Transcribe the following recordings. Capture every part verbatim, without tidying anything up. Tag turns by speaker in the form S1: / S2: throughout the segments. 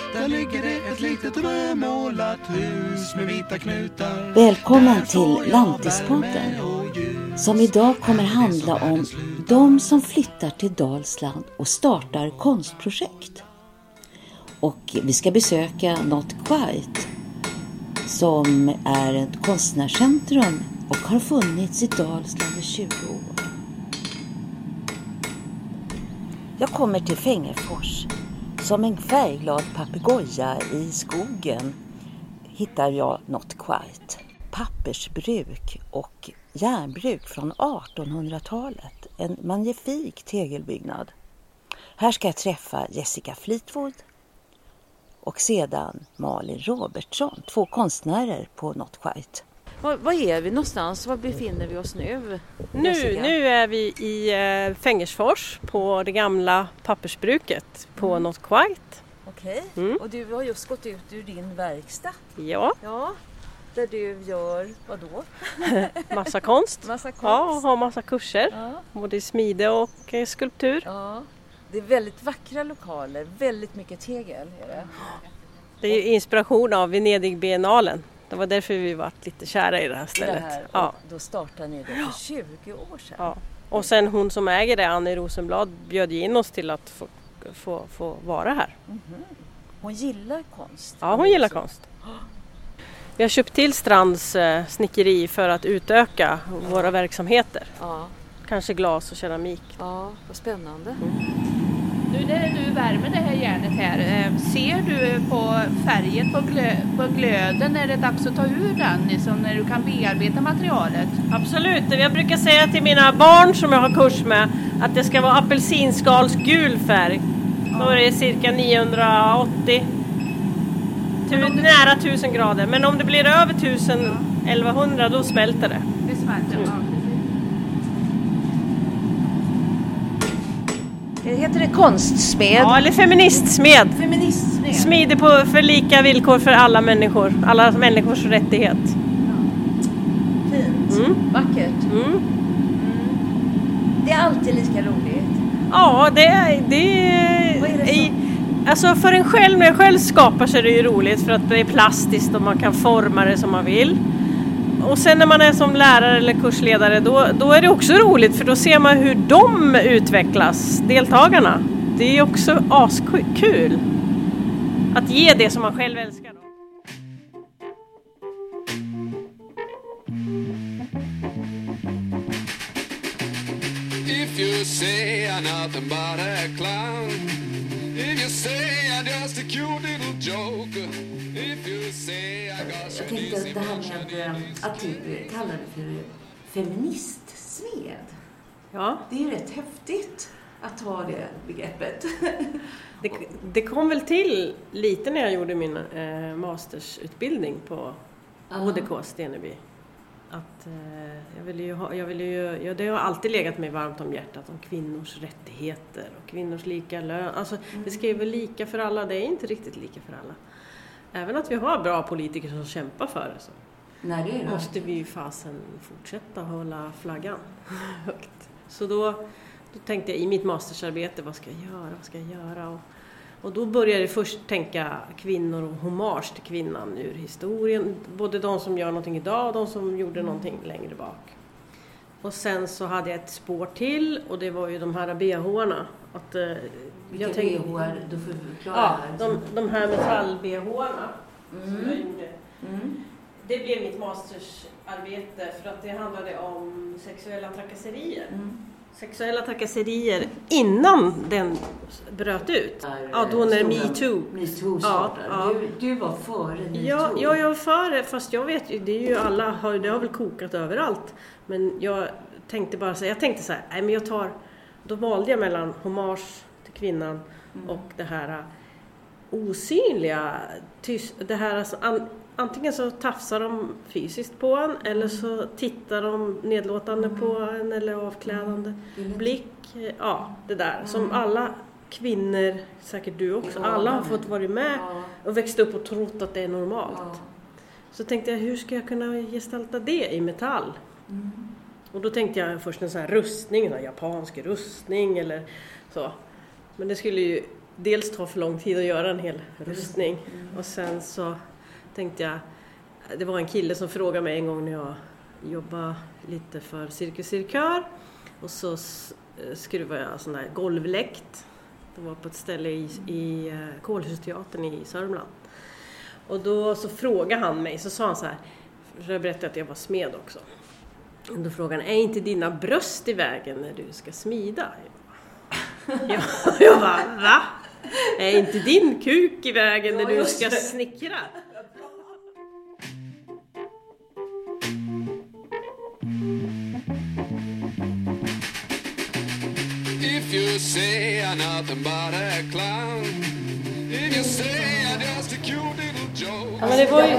S1: där ligger det ett litet rödmålat hus med vita knutar.
S2: Välkommen till Lantispodden, som idag kommer handla om de som flyttar till Dalsland och startar konstprojekt. Och vi ska besöka Not Quite, som är ett konstnärscentrum och har funnits i Dalsland i tjugo år. Jag kommer till Fengersfors. Som en färgglad papegoja i skogen hittar jag Not Quite. Pappersbruk och järnbruk från artonhundratalet. En magnifik tegelbyggnad. Här ska jag träffa Jessica Fleetwood och sedan Malin Robertsson. Två konstnärer på Not Quite. Var, var är vi någonstans? Var befinner vi oss nu?
S3: Nu, nu är vi i eh, Fengersfors på det gamla pappersbruket på mm. Not Quite.
S2: Okej, okay. mm. Och du har just gått ut ur din verkstad.
S3: Ja.
S2: Ja. Där du gör, vad då?
S3: Massa konst.
S2: Massa konst.
S3: Ja, har massa kurser.
S2: Ja.
S3: Både i smide och eh, skulptur.
S2: Ja. Det är väldigt vackra lokaler, väldigt mycket tegel är det.
S3: Det är ju inspiration av Venedig-biennalen. Det var därför vi var lite kära i det här stället.
S2: Det här,
S3: ja.
S2: Då startade ni det för tjugo år sedan.
S3: Ja. Och sen hon som äger det, Annie Rosenblad, bjöd in oss till att få, få, få vara här.
S2: Mm-hmm. Hon gillar konst.
S3: Ja, hon gillar konst. Vi har köpt till Strands eh, snickeri för att utöka ja. våra verksamheter.
S2: Ja.
S3: Kanske glas och keramik.
S2: Ja, vad spännande. Mm.
S4: Nu när du värmer det här järnet här, ser du på färgen på, glö- på glöden när det är dags att ta ur den, liksom när du kan bearbeta materialet?
S3: Absolut, jag brukar säga till mina barn som jag har kurs med att det ska vara apelsinskalsgul färg. Ja. Då är det cirka niohundraåttio, tu- det... nära tusen grader. Men om det blir över tusen, ja. elvahundra då smälter det.
S4: Det smälter, mm. ja.
S2: Heter det konstsmed?
S3: Ja, eller feministsmed.
S2: Feministsmed.
S3: Smide på för lika villkor för alla människor. Alla människors rättighet.
S2: Ja. Fint. Mm. Vackert.
S3: Mm. Mm.
S2: Det är alltid lika roligt.
S3: Ja, det är... Det är,
S2: Vad är det
S3: i, alltså för en själv, när jag själv skapar så är det ju roligt för att det är plastiskt och man kan forma det som man vill. Och sen när man är som lärare eller kursledare då, då är det också roligt för då ser man hur de utvecklas, deltagarna. Det är också askul att ge det som man själv älskar. Då.
S1: If you say I'm nothing but a clown, if you say I'm just a cute little joke, if you say I got
S2: Jag tänkte att det här med att du kallar det för feministsmed.
S3: Ja.
S2: Det är ju rätt häftigt att ha det begreppet.
S3: Det, det kom väl till lite när jag gjorde min eh, mastersutbildning på O D K Steneby. Att eh, jag ville ju ha, jag ville ju, ja, det har alltid legat mig varmt om hjärtat om kvinnors rättigheter och kvinnors lika lön. Alltså mm. det ska ju vara lika för alla, det är inte riktigt lika för alla. Även att vi har bra politiker som kämpar för det så.
S2: Nej, det är det.
S3: Måste vi ju fasen fortsätta hålla flaggan högt. Så då, då tänkte jag i mitt mastersarbete, vad ska jag göra, vad ska jag göra? Och, och då började jag först tänka kvinnor och hommage till kvinnan ur historien. Både de som gör någonting idag och de som gjorde någonting längre bak. Och sen så hade jag ett spår till och det var ju de här B H-arna. Att, eh,
S2: Vilka
S3: jag tänkte,
S2: B H-ar? Du får förklara.
S3: Ja, de, de här metall-B H-arna
S2: mm.
S3: som jag gjorde.
S2: Mm.
S3: Det blev mitt mastersarbete för att det handlade om sexuella trakasserier. Mm. Sexuella trakasserier innan den bröt ut. Ja, då när MeToo.
S2: MeToo startade. Ja, ja. Du, du var före MeToo.
S3: Ja, ja, jag var före. Fast jag vet ju, det är ju alla, har, det har väl kokat överallt. Men jag tänkte bara så jag tänkte så här, nej men jag tar, då valde jag mellan hommage till kvinnan mm. och det här osynliga, tys, det här alltså, an, antingen så tafsar de fysiskt på en eller så tittar de nedlåtande mm. på en eller avklädande mm. blick. Ja, det där mm. som alla kvinnor, säkert du också, ja, alla har fått vara med ja. och växt upp och trott att det är normalt. Ja. Så tänkte jag, hur ska jag kunna gestalta det i metall? Mm. Och då tänkte jag först en sån här rustning, en japansk rustning eller så. Men det skulle ju dels tar för lång tid att göra en hel rustning. Och sen så tänkte jag, det var en kille som frågade mig en gång när jag jobbade lite för Cirkus Cirkör. Och så skruvade jag sån där golvläkt. Det var på ett ställe i, i Kålhusteatern i Sörmland. Och då så frågade han mig, så sa han så här, för jag berättade att jag var smed också. Och då frågade han, är inte dina bröst i vägen när du ska smida? Jag, jag bara, va? Är inte din kuk i vägen när du ska snickra?
S1: If you say I'm nothing but a clown, if you say I'm just a cute little joke.
S3: Ja, men det var ju...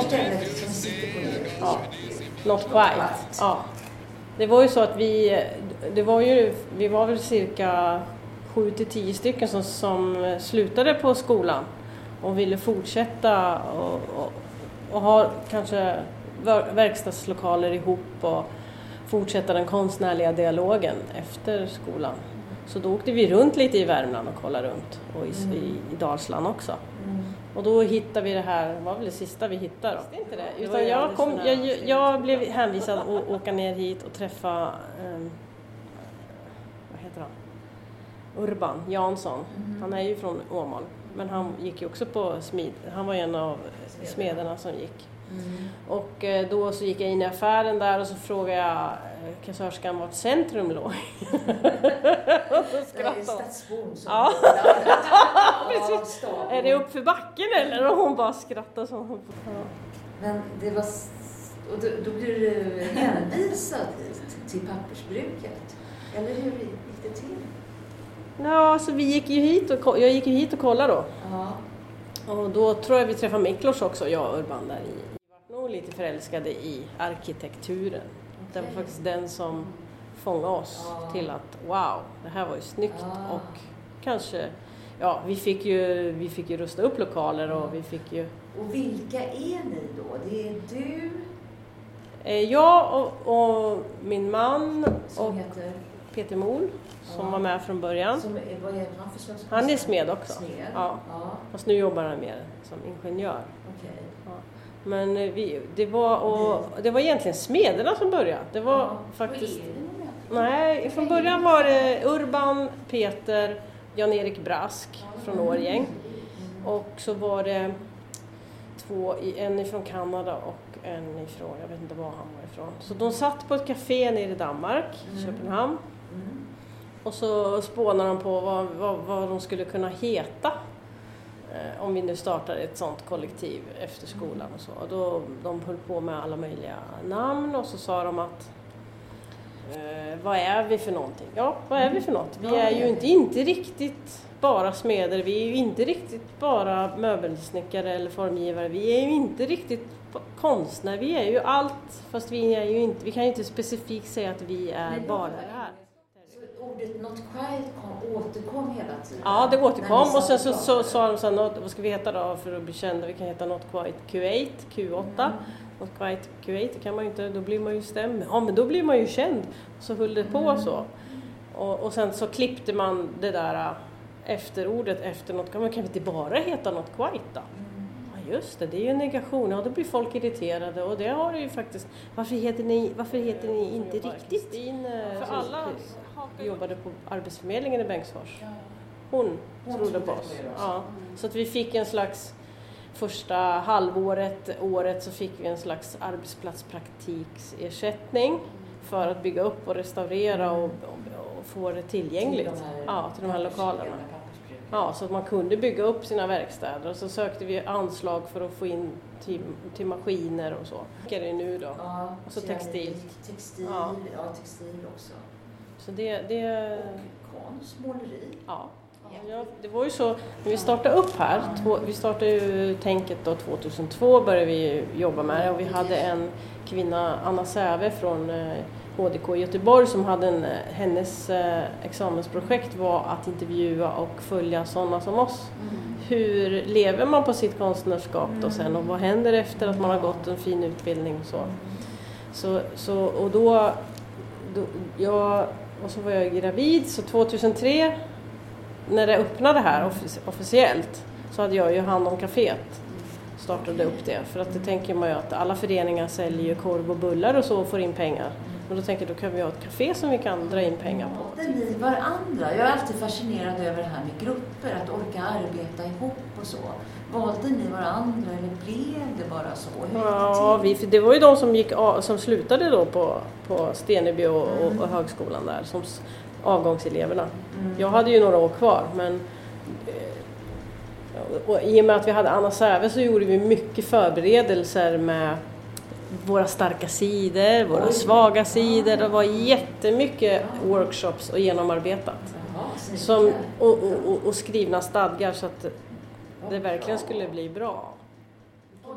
S3: Ja, not quite. Ja. Det var ju så att vi, det var ju, vi var väl cirka sju till tio stycken som, som slutade på skolan och ville fortsätta och, och, och ha kanske verkstadslokaler ihop och fortsätta den konstnärliga dialogen efter skolan. Så då åkte vi runt lite i Värmland och kollade runt och i, mm. i, i Dalsland också. Mm. Och då hittade vi det här, vad var väl det sista vi hittade då? Det är inte det. Utan jag, kom, jag, jag blev hänvisad att åka ner hit och träffa, um, vad heter han? Urban Jansson. Mm. Han är ju från Åmål, men han gick ju också på smid. Han var en av smederna som gick. Mm. Och då så gick jag in i affären där och så frågade jag kassörskan vart centrum låg. Och så skrattade hon.
S2: Stadsbon som
S3: ja. Precis. Är det upp för backen eller? Och hon bara skrattade så hon. Ja.
S2: Men det var, och då, då blir du hänvisad hit till pappersbruket. Eller hur gick det till?
S3: Ja, så vi gick ju hit och jag gick ju hit och kollade då.
S2: Ja.
S3: Och då tror jag vi träffade Miklos också, jag och Urban där i. Vi var nog lite förälskade i arkitekturen. Okay. Det var faktiskt den som fångade oss ja. till att wow, det här var ju snyggt ja. och kanske, ja vi fick ju, vi fick ju rusta upp lokaler och vi fick ju...
S2: Och vilka är ni då? Det är du?
S3: Jag och, och min man
S2: som
S3: och
S2: heter?
S3: Peter Mol som ja. var med från början.
S2: Som, vad är han för slags?
S3: Han är smed också.
S2: Smed?
S3: Ja. Ja. Fast nu jobbar han mer som ingenjör.
S2: Okay.
S3: Ja. Men vi, det, var, och, det var egentligen smederna som började. Det var ja. faktiskt... Nej, från början var det Urban, Peter, Jan-Erik Brask ja. från Årgäng. Och så var det två, en ifrån Kanada och en ifrån, jag vet inte var han var ifrån. Så de satt på ett café nere i Danmark, mm. Köpenhamn. Mm. Och så spånade de på vad, vad, vad de skulle kunna heta. Eh, om vi nu startar ett sånt kollektiv efter skolan och så. Och då, de höll på med alla möjliga namn och så sa de att eh, vad är vi för någonting? Ja, vad är vi för något? Vi är ju inte, inte riktigt bara smeder, vi är ju inte riktigt bara möbelsnickare eller formgivare. Vi är ju inte riktigt konstnär, vi är ju allt, fast vi är ju inte, vi kan ju inte specifikt säga att vi är bara det här.
S2: Så ordet not quite kom, återkom hela tiden?
S3: Ja, det återkom och sen så sa så, de så, så, vad ska vi heta då för att bli kända? Vi kan heta not quite Q åtta, Q åtta. Mm. Not quite Q åtta, det kan man ju inte, då blir man ju stämd. Ja, men då blir man ju känd. Så höll det på mm. så. Och, och sen så klippte man det där efterordet efter något, kan man kan inte bara heta not quite då? Ja, just det, det är ju en negation. Ja, då blir folk irriterade och det har det ju faktiskt. Varför heter ni, varför heter ni inte riktigt? In, för alla jobbade på Arbetsförmedlingen i Bengtsfors. Hon, Hon trodde på oss. Ja, så att vi fick en slags första halvåret, året så fick vi en slags arbetsplatspraktiksersättning för att bygga upp och restaurera och, och, och få det tillgängligt till de här, ja, till de här lokalerna. Ja, så att man kunde bygga upp sina verkstäder och så sökte vi anslag för att få in till, till maskiner och så. Vad är det nu då?
S2: Ja,
S3: och så textil.
S2: Textil, ja. ja textil också.
S3: Så det, det...
S2: Och konst, måleri.
S3: Ja. Ja, det var ju så, när vi startade upp här, två, vi startade ju tänket då tjugohundratvå började vi jobba med det och vi hade en kvinna, Anna Säve från H D K i Göteborg som hade en, hennes eh, examensprojekt var att intervjua och följa sådana som oss. Mm. Hur lever man på sitt konstnärskap då sen och vad händer efter att man har gått en fin utbildning och så. Så, så och då, då jag, och så var jag gravid så tjugohundratre när det öppnade här offic- officiellt så hade jag ju hand om kaféet. Startade upp det. För att det tänker man ju att alla föreningar säljer korv och bullar och så och får in pengar. Men då tänker jag, då kan vi ha ett café som vi kan dra in pengar på.
S2: Valde ni varandra? Jag är alltid fascinerad över det här med grupper, att orka arbeta ihop och så. Valde ni varandra eller blev det bara så? Hur
S3: Ja, vi, för det var ju de som, gick, av- som slutade då på, på Steneby och, och, och högskolan där, som s- avgångseleverna.
S2: Mm.
S3: Jag hade ju några år kvar, men eh, och i och med att vi hade Anna Säve så gjorde vi mycket förberedelser med våra starka sidor, våra
S2: Oj.
S3: svaga sidor. Det var jättemycket workshops och genomarbetat.
S2: Jaha, så
S3: Som,
S2: mycket.
S3: och, och, och, och skrivna stadgar så att det verkligen skulle bli bra. Ja.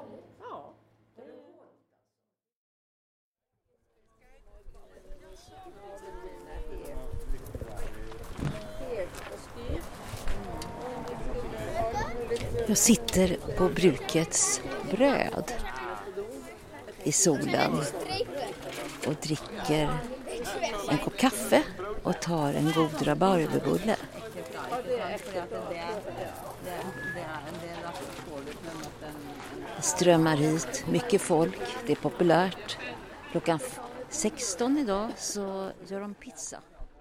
S2: Jag sitter på brukets bröd i solen och dricker en kopp kaffe och tar en god rabarberbulle. Det strömmar hit mycket folk, det är populärt. Klockan sexton idag så gör de pizza.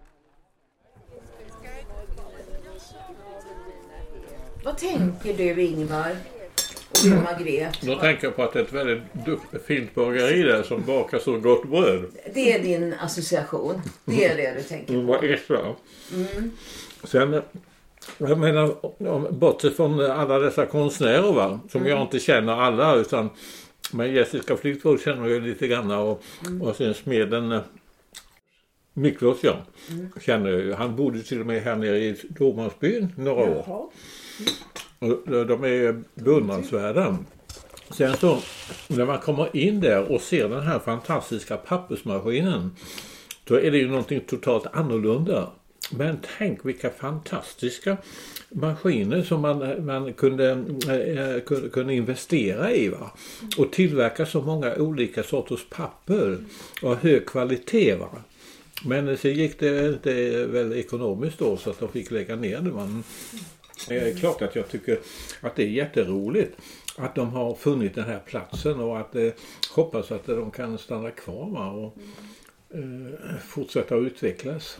S2: Vad tänker du, Ingvar och du, Margret?
S5: Då tänker jag på att det är ett väldigt dukt, fint bageri där som bakar så gott bröd.
S2: Det är din association. Det är det du tänker
S5: Det
S2: på.
S5: var extra. Mm. Sen, jag menar, bortsett från alla dessa konstnärer va, som mm. jag inte känner alla, utan men Jessica Flyktvold känner jag lite grann och, mm. och sen smeden Miklos, ja, mm. känner jag ju. Han bodde till och med här nere i Domansbyn några år.
S3: Jaha.
S5: Och de är beundransvärda. Sen så, när man kommer in där och ser den här fantastiska pappersmaskinen, då är det ju någonting totalt annorlunda. Men tänk vilka fantastiska maskiner som man, man kunde, eh, kunde, kunde investera i va? Och tillverka så många olika sorters papper av hög kvalitet va? Men så gick det inte väl ekonomiskt då så att de fick lägga ner det. Man, det är klart att jag tycker att det är jätteroligt att de har funnit den här platsen och att eh, hoppas att de kan stanna kvar va? Och eh, fortsätta att utvecklas.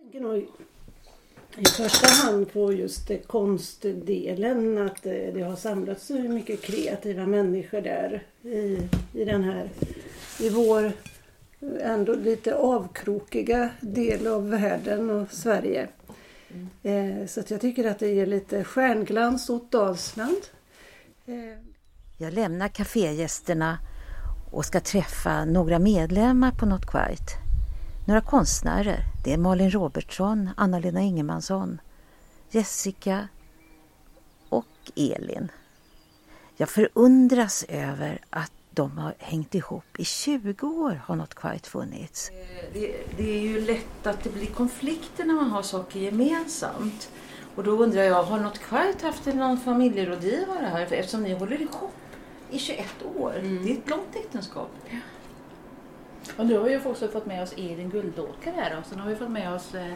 S6: I första hand på just det konstdelen, att det, det har samlats så mycket kreativa människor där i, i den här, i vår ändå lite avkrokiga del av världen och Sverige. Mm. Eh, så att jag tycker att det ger lite stjärnglans åt Dalsland. Eh.
S2: Jag lämnar kafégästerna och ska träffa några medlemmar på Not Quiet. Några konstnärer. Det är Malin Robertsson, Anna-Lena Ingemansson, Jessica och Elin. Jag förundras över att de har hängt ihop. I tjugo år har Not Quiet funnits. Det, det är ju lätt att det blir konflikter när man har saker gemensamt. Och då undrar jag, har Not Quiet haft någon familjerådgivare här? För eftersom ni håller ihop i tjugoett år. Mm. Det är ett långt äktenskap. Ja.
S4: Och nu har vi ju också fått med oss Elin Guldåker här då. Sen har vi fått med oss eh,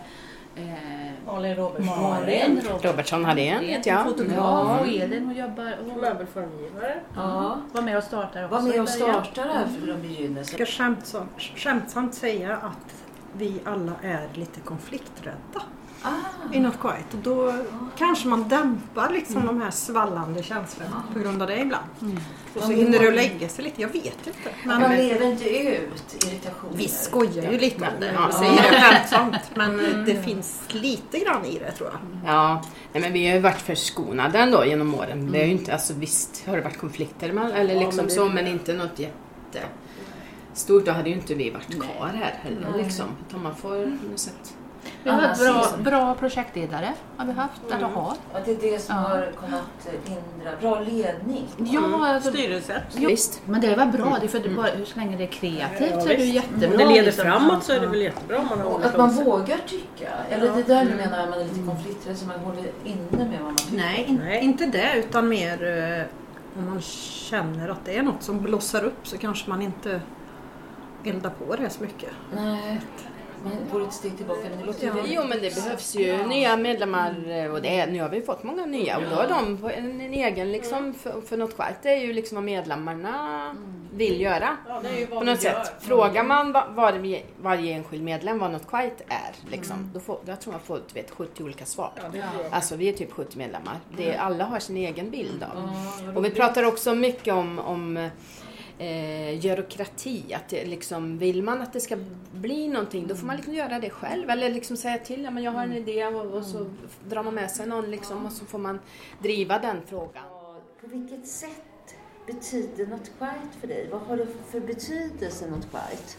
S3: Malin Robertsson.
S4: Malin
S7: Robertsson hade en, ja.
S4: Fotograf
S3: Ja.
S4: och Elin och jobbar och
S3: Möbelformgivare.
S4: ja, var med och startar också.
S2: Var med och
S4: i början.
S2: startar här från begynnelsen.
S6: Jag ska skämtsamt, skämtsamt säga att vi alla är lite konflikträdda
S2: Ah.
S6: i Not Quiet. Och då ah. kanske man dämpar liksom mm. de här svallande känslorna ah. på grund av det ibland. Mm. Och så
S2: man
S6: hinner det att
S2: man...
S6: lägga sig lite, jag vet inte.
S2: Men man lever inte ut irritationer.
S6: Vi skojar ju lite om det,
S7: Ja.
S6: vi säger det skämtsamt. Men mm. det finns lite grann i det tror jag.
S7: Ja, nej, men vi har ju varit förskonade ändå genom åren. Mm. Det är ju inte, alltså visst har det varit konflikter med, eller liksom ja, men så, men inte något jätte stort. Då hade ju inte vi varit kvar här heller mm. liksom. Utan man får mm. sett.
S4: Vi har haft bra, bra projektledare har vi haft, mm. eller har.
S2: Ja, det är det som ja. har kunnat hindra. Bra ledning.
S4: Ja, alltså,
S3: styrelse.
S4: Ja, visst, men det var bra. Det är för det bara, hur länge det är kreativt ja, så är det ju jättebra.
S3: Om det leder
S4: liksom.
S3: framåt så är det väl jättebra. Man har
S2: att man vågar tycka. Eller ja. det där du menar, man är lite konflikträdd så man håller inne med vad man tycker.
S6: Nej, in, Nej. inte det utan mer eh, om man känner att det är något som blossar upp så kanske man inte eldar på det så mycket.
S2: Nej. Men går ett steg tillbaka, men det låter
S7: ja. Jo, men det behövs ju nya medlemmar och det är, nu har vi fått många nya och då har de på en, en egen liksom för, för något kvart. Det är ju liksom vad medlemmarna vill göra. Ja, på något sätt. Frågar man var, var, varje enskild medlem vad något kvart är liksom, mm. då får, jag tror man får vet, sjuttio olika svar. Ja, alltså vi är typ sjuttio medlemmar. Det, alla har sin egen bild av. Ja, och vi pratar också mycket om, om Eh, byråkrati, att det, liksom, vill man att det ska bli någonting då får man liksom göra det själv eller liksom säga till, ja, men jag har en idé och, och så drar man med sig någon liksom, och så får man driva den frågan.
S2: På vilket sätt betyder något kvart för dig? Vad har det för betydelse något kvart?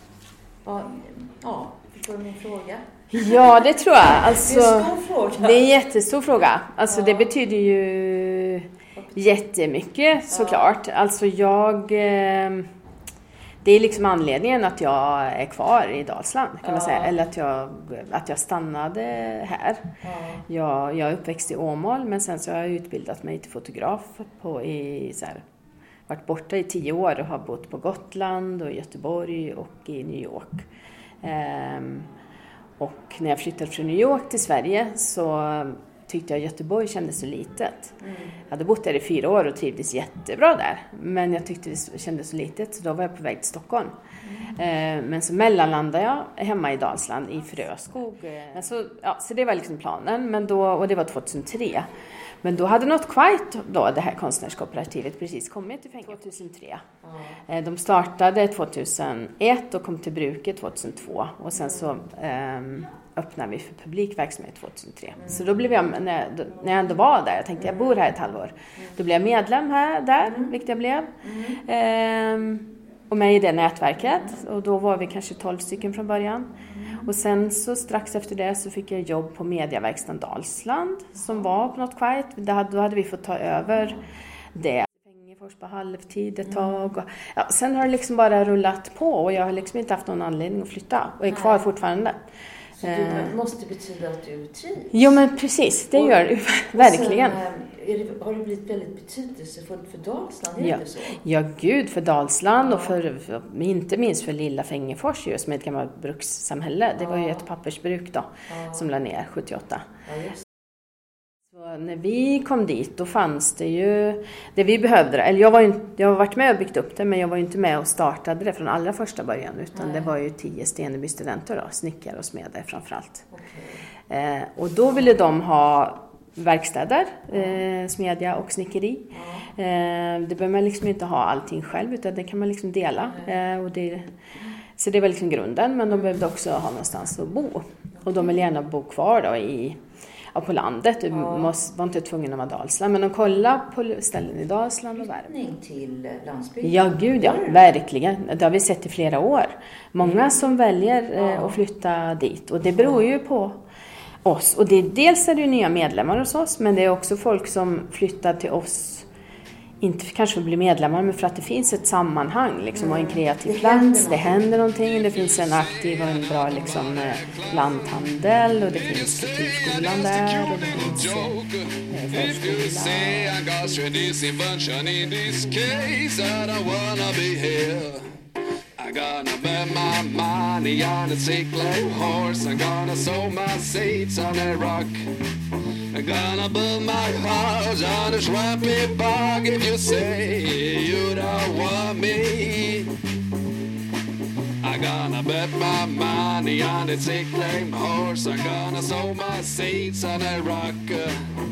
S2: Ja, förstår du min fråga?
S7: Ja, det tror jag. Alltså,
S2: det är en stor fråga.
S7: Det är en jättestor fråga. Alltså ja. Det betyder ju jättemycket såklart. Ja. Alltså jag... Eh, det är liksom anledningen att jag är kvar i Dalsland kan ja. man säga. Eller att jag, att jag stannade här. Ja. Jag, jag är uppväxt i Åmål men sen så har jag utbildat mig till fotograf på i så här, varit borta i tio år och har bott på Gotland och i Göteborg och i New York. Um, och när jag flyttade från New York till Sverige så tyckte jag Göteborg kändes så litet. Mm. Jag hade bott där i fyra år och trivdes jättebra där. Men jag tyckte det kändes så litet så då var jag på väg till Stockholm. Mm. Uh, men så mellanlandade jag hemma i Dalsland i Fröskog. Men så, ja, så det var liksom planen men då, och det var tjugohundratre. Men då hade något kvart då, det här konstnärskooperativet precis kommit till tjugohundratre. Mm. De startade tjugohundraett och kom till bruket tjugohundratvå. Och sen så um, öppnade vi för publikverksamhet tjugohundratre. Mm. Så då blev jag, när, när jag ändå var där, jag tänkte jag bor här ett halvår. Mm. Då blev jag medlem här, där, mm. vilket jag blev. Mm. Um, och med i det nätverket. Och då var vi kanske tolv stycken från början. Och sen så strax efter det så fick jag jobb på Mediaverkstan Dalsland som var på något kvart. Då hade vi fått ta över det. Fängefors på halvtid ett tag. Och, ja, sen har det liksom bara rullat på och jag har liksom inte haft någon anledning att flytta. Och är kvar fortfarande.
S2: Så det måste betyda att du trivs?
S7: Jo men precis, det och, gör det verkligen.
S2: Sen, är det, har det blivit väldigt betydelsefullt för Dalsland? Är
S7: ja.
S2: det så?
S7: Ja gud, för Dalsland ja. och för, för, inte minst för lilla Fängefors just med ett gammalt brukssamhälle. Det var ju ett pappersbruk då ja. som la ner sjuttioåtta. Ja, just. Så när vi kom dit då fanns det ju det vi behövde. Eller jag, var ju, jag har varit med och byggt upp det men jag var ju inte med och startade det från allra första början utan Nej. det var ju tio Steneby-studenter då, snickare och smeder framförallt. Okay. Eh, och då ville de ha verkstäder, eh, smedja och snickeri. Eh, det behöver man liksom inte ha allting själv utan det kan man liksom dela. Eh, och det, så det var liksom grunden men de behövde också ha någonstans att bo. Och de vill gärna bo kvar då i Ja, på landet. Du ja. måste, var inte tvungen att vara Dalsland. Men de kollar på ställen i Dalsland och Värmland.
S2: Flyttning till landsbygden?
S7: Ja, gud ja. Verkligen. Det har vi sett i flera år. Många som väljer ja. att flytta dit. Och det beror ju på oss. Och det, dels är det ju nya medlemmar hos oss. Men det är också folk som flyttar till oss. Inte för kanske för att bli medlemmar, men för att det finns ett sammanhang liksom, och en kreativ det plats. Händer det händer någonting. Det finns en aktiv och en bra liksom, lanthandel och det finns kulturskolan där och det finns förskolan.
S1: I'm gonna bet my money on a sickly horse. I'm gonna sow my seeds on a rock. I'm gonna build my house on a swampy bog. If you say you don't want me, I'm gonna bet my money on a sickly horse. I'm gonna sow my seeds on a rock.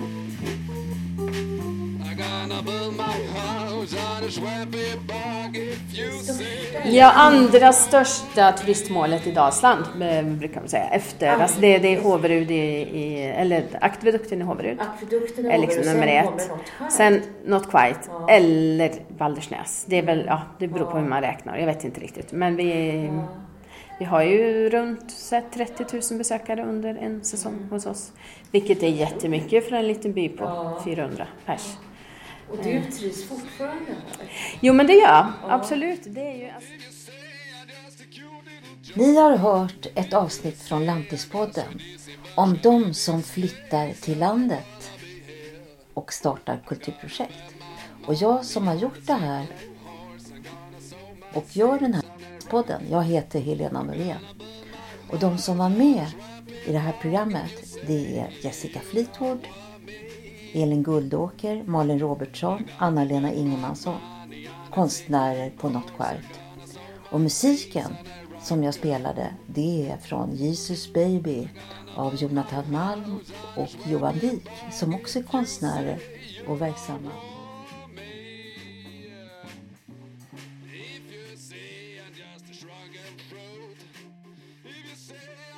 S7: Ja, andra största turistmålet i Dalsland brukar man säga. Efter, ah, alltså det, det är Håverud i, i, eller akvedukten i Håverud.
S2: Akvedukten
S7: är liksom nummer ett. Sen något kvart ja. eller Baldersnäs. Det är väl, ja, det beror på hur man räknar. Jag vet inte riktigt. Men vi, ja. vi har ju runt trettio tusen besökare under en säsong mm. hos oss. Vilket är jättemycket för en liten by på ja. fyrahundra pers.
S2: Och du trivs fortfarande här?
S7: Jo, men det gör jag. Ja. Absolut. Det är ju...
S2: Ni har hört ett avsnitt från Lantispodden om de som flyttar till landet och startar kulturprojekt. Och jag som har gjort det här och gör den här podden, jag heter Helena Norén. Och de som var med i det här programmet, det är Jessica Fleetwood, Elin Guldåker, Malin Robertsson, Anna-Lena Ingemansson, konstnärer på Not Quiet. Och musiken som jag spelade, det är från Jesus Baby av Jonathan Malm och Johan Wik, som också är konstnärer och verksamma.
S1: If you see, I just shrug and fruit. If you say